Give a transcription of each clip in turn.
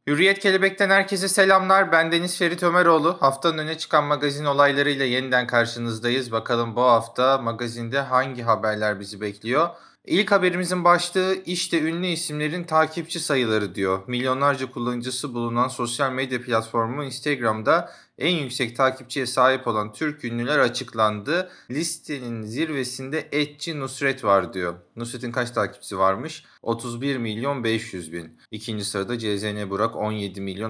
Hürriyet Kelebek'ten herkese selamlar. Ben Deniz Ferit Ömeroğlu. Haftanın öne çıkan magazin olaylarıyla yeniden karşınızdayız. Bakalım bu hafta magazinde hangi haberler bizi bekliyor? İlk haberimizin başlığı işte ünlü isimlerin takipçi sayıları diyor. Milyonlarca kullanıcısı bulunan sosyal medya platformu Instagram'da en yüksek takipçiye sahip olan Türk ünlüler açıklandı. Listenin zirvesinde Etçi Nusret var diyor. Nusret'in kaç takipçisi varmış? 31 milyon 500 bin. İkinci sırada CZN Burak 17 milyon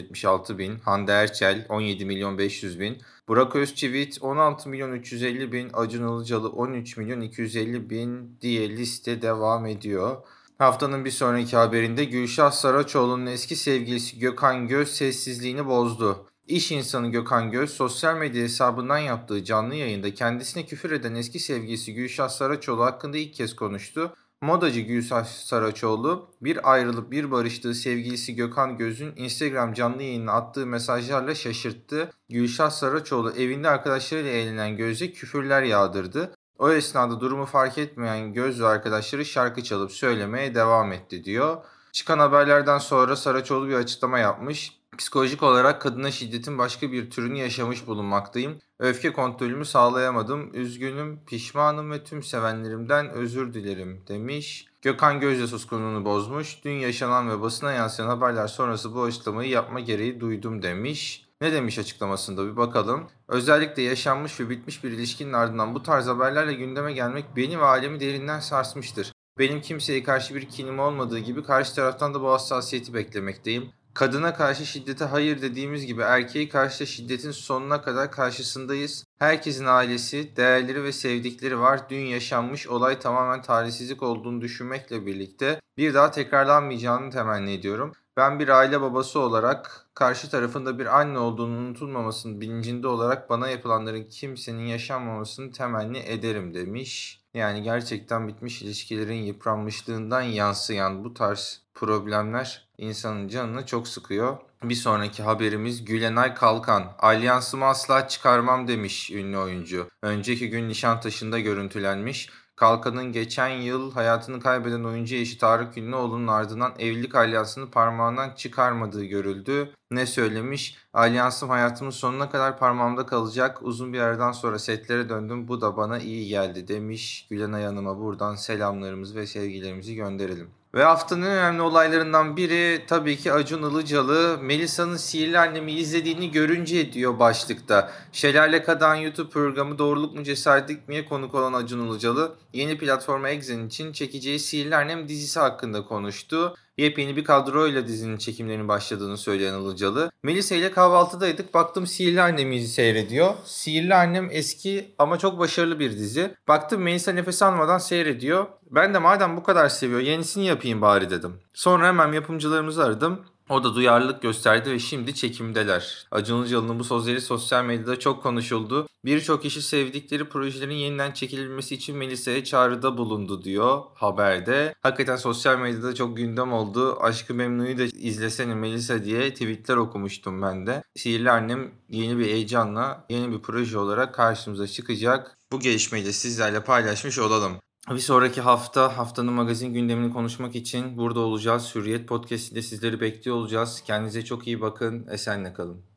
676 bin. Hande Erçel 17 milyon 500 bin. Burak Özçivit 16 milyon 350 bin. Acun Ilıcalı 13 milyon 250 bin diye liste devam ediyor. Haftanın bir sonraki haberinde Gülşah Saraçoğlu'nun eski sevgilisi Gökhan Göz sessizliğini bozdu. İş insanı Gökhan Göz, sosyal medya hesabından yaptığı canlı yayında kendisine küfür eden eski sevgilisi Gülşah Saraçoğlu hakkında ilk kez konuştu. Modacı Gülşah Saraçoğlu, bir ayrılıp bir barıştığı sevgilisi Gökhan Göz'ün Instagram canlı yayınına attığı mesajlarla şaşırttı. Gülşah Saraçoğlu evinde arkadaşlarıyla eğlenen Göz'e küfürler yağdırdı. O esnada durumu fark etmeyen Göz ve arkadaşları şarkı çalıp söylemeye devam etti diyor. Çıkan haberlerden sonra Saraçoğlu bir açıklama yapmış. Psikolojik olarak kadına şiddetin başka bir türünü yaşamış bulunmaktayım. Öfke kontrolümü sağlayamadım. Üzgünüm, pişmanım ve tüm sevenlerimden özür dilerim demiş. Gökhan Gözde suskunluğunu bozmuş. Dün yaşanan ve basına yansıyan haberler sonrası bu açıklamayı yapma gereği duydum demiş. Ne demiş açıklamasında bir bakalım. Özellikle yaşanmış ve bitmiş bir ilişkinin ardından bu tarz haberlerle gündeme gelmek beni ve ailemi derinden sarsmıştır. Benim kimseye karşı bir kinim olmadığı gibi karşı taraftan da bu hassasiyeti beklemekteyim. Kadına karşı şiddete hayır dediğimiz gibi erkeğe karşı da şiddetin sonuna kadar karşısındayız. Herkesin ailesi, değerleri ve sevdikleri var. Dün yaşanmış olay tamamen talihsizlik olduğunu düşünmekle birlikte bir daha tekrarlanmayacağını temenni ediyorum. Ben bir aile babası olarak karşı tarafında bir anne olduğunu unutulmamasının bilincinde olarak bana yapılanların kimsenin yaşanmamasını temenni ederim demiş. Yani gerçekten bitmiş ilişkilerin yıpranmışlığından yansıyan bu tarz problemler insanın canını çok sıkıyor. Bir sonraki haberimiz Gülenay Kalkan. Alyansımı asla çıkarmam demiş ünlü oyuncu. Önceki gün Nişantaşı'nda görüntülenmiş. Kalkan'ın geçen yıl hayatını kaybeden oyuncu eşi Tarık Ünlüoğlu'nun ardından evlilik alyansını parmağından çıkarmadığı görüldü. Ne söylemiş? Alyansım hayatımın sonuna kadar parmağımda kalacak. Uzun bir aradan sonra setlere döndüm. Bu da bana iyi geldi demiş. Gülenay Hanım'a buradan selamlarımızı ve sevgilerimizi gönderelim. Ve haftanın en önemli olaylarından biri tabii ki Acun Ilıcalı. Melisa'nın Sihirli Annem'i izlediğini görünce diyor başlıkta. Şelale Kadan YouTube programı Doğruluk mu Cesaretlik mi'ye konuk olan Acun Ilıcalı yeni platforma Exxen için çekeceği Sihirli Annem dizisi hakkında konuştu. Yepyeni bir kadroyla dizinin çekimlerinin başladığını söyleyen Ilıcalı. Melisa ile kahvaltıdaydık. Baktım Sihirli Annem'i seyrediyor. Sihirli Annem eski ama çok başarılı bir dizi. Baktım Melisa nefes almadan seyrediyor. Ben de madem bu kadar seviyor yenisini yapayım bari dedim. Sonra hemen yapımcılarımızı aradım. O da duyarlılık gösterdi ve şimdi çekimdeler. Acun Ilıcalı'nın bu sözleri sosyal medyada çok konuşuldu. Birçok kişi sevdikleri projelerin yeniden çekilmesi için Melisa'ya çağrıda bulundu diyor haberde. Hakikaten sosyal medyada çok gündem oldu. Aşk-ı Memnu'yu da izlesene Melisa diye tweetler okumuştum ben de. Sihirli Annem yeni bir heyecanla yeni bir proje olarak karşımıza çıkacak. Bu gelişmeyi de sizlerle paylaşmış olalım. Bir sonraki hafta haftanın magazin gündemini konuşmak için burada olacağız. Hürriyet Podcast'inde sizleri bekliyor olacağız. Kendinize çok iyi bakın. Esenle kalın.